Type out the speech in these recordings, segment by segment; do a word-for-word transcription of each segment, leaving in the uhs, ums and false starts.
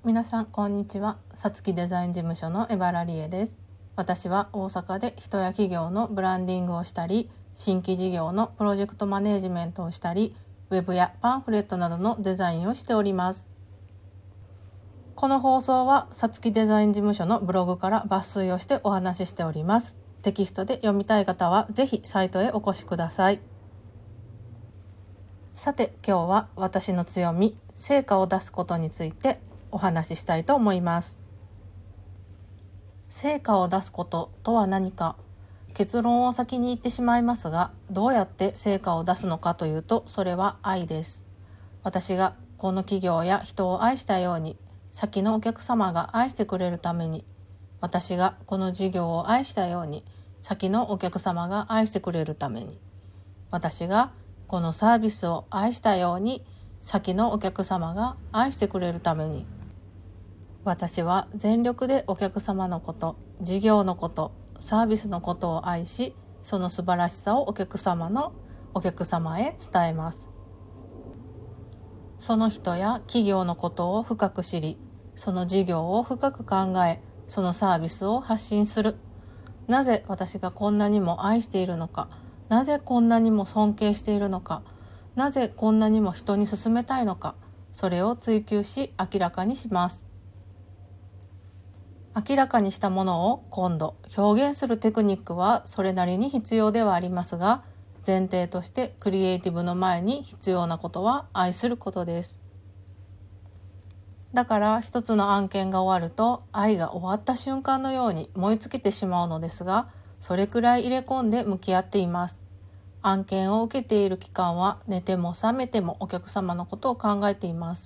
皆さんこんにちは。さつきデザイン事務所の江原理恵です。私は大阪で人や企業のブランディングをしたり、新規事業のプロジェクトマネージメントをしたり、ウェブやパンフレットなどのデザインをしております。この放送はさつきデザイン事務所のブログから抜粋をしてお話ししております。テキストで読みたい方はぜひサイトへお越しください。さて今日は私の強み、成果を出すことについてお話ししたいと思います。成果を出すこととは何か、結論を先に言ってしまいますが、どうやって成果を出すのかというと、それは愛です。私がこの企業や人を愛したように、先のお客様が愛してくれるために、私がこの事業を愛したように、先のお客様が愛してくれるために、私がこのサービスを愛したように、先のお客様が愛してくれるために、私は全力でお客様のこと、事業のこと、サービスのことを愛し、その素晴らしさをお客様のお客様へ伝えます。その人や企業のことを深く知り、その事業を深く考え、そのサービスを発信する。なぜ私がこんなにも愛しているのか、なぜこんなにも尊敬しているのか、なぜこんなにも人に勧めたいのか、それを追求し明らかにします。明らかにしたものを今度表現するテクニックはそれなりに必要ではありますが、前提としてクリエイティブの前に必要なことは愛することです。だから一つの案件が終わると愛が終わった瞬間のように燃え尽きてしまうのですが、それくらい入れ込んで向き合っています。案件を受けている期間は寝ても覚めてもお客様のことを考えています。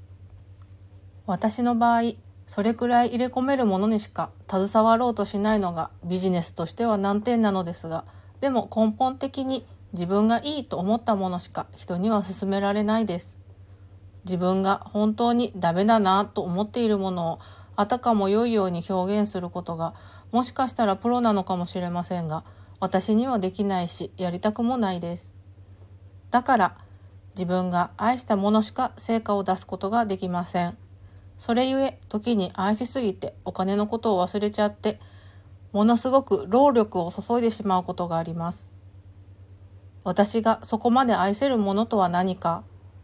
私の場合、それくらい入れ込めるものにしか携わろうとしないのがビジネスとしては難点なのですが、でも根本的に自分がいいと思ったものしか人には勧められないです。自分が本当にダメだなと思っているものをあたかも良いように表現することがもしかしたらプロなのかもしれませんが、私にはできないしやりたくもないです。だから自分が愛したものしか成果を出すことができません。それゆえ時に愛しすぎてお金のことを忘れちゃってものすごく労力を注いでしまうことがあります。私がそこまで愛せるものとは何か。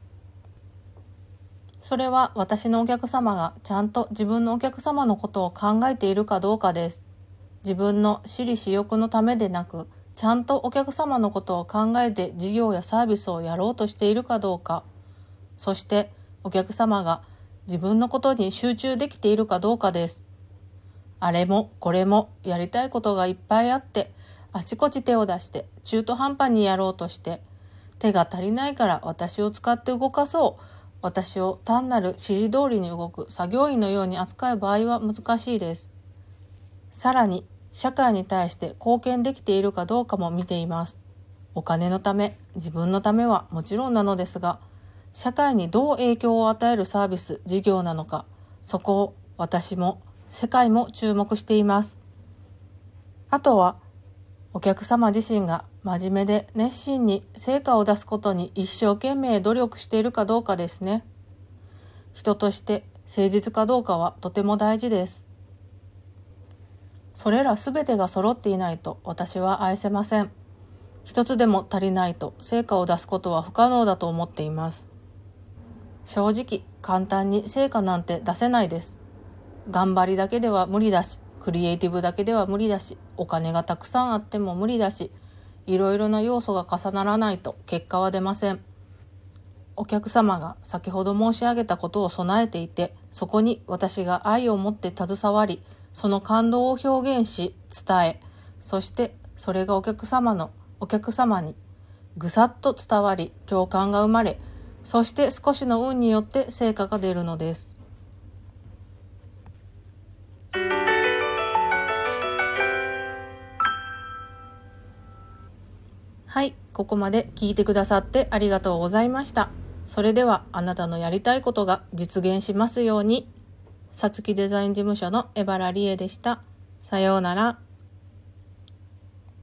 それは私のお客様がちゃんと自分のお客様のことを考えているかどうかです。自分の私利私欲のためでなく、ちゃんとお客様のことを考えて事業やサービスをやろうとしているかどうか。そしてお客様が自分のことに集中できているかどうかです。あれもこれもやりたいことがいっぱいあって、あちこち手を出して中途半端にやろうとして、手が足りないから私を使って動かそう。私を単なる指示通りに動く作業員のように扱う場合は難しいです。さらに社会に対して貢献できているかどうかも見ています。お金のため、自分のためはもちろんなのですが、社会にどう影響を与えるサービス、事業なのか、そこを私も世界も注目しています。あとは、お客様自身が真面目で熱心に成果を出すことに一生懸命努力しているかどうかですね。人として誠実かどうかはとても大事です。それらすべてが揃っていないと私は愛せません。一つでも足りないと成果を出すことは不可能だと思っています。正直簡単に成果なんて出せないです。頑張りだけでは無理だし、クリエイティブだけでは無理だし、お金がたくさんあっても無理だし、いろいろな要素が重ならないと結果は出ません。お客様が先ほど申し上げたことを備えていて、そこに私が愛を持って携わり、その感動を表現し、伝え、そしてそれがお客様のお客様にぐさっと伝わり、共感が生まれ、そして少しの運によって成果が出るのです。はい、ここまで聞いてくださってありがとうございました。それではあなたのやりたいことが実現しますように。さつきデザイン事務所の江原理恵でした。さようなら。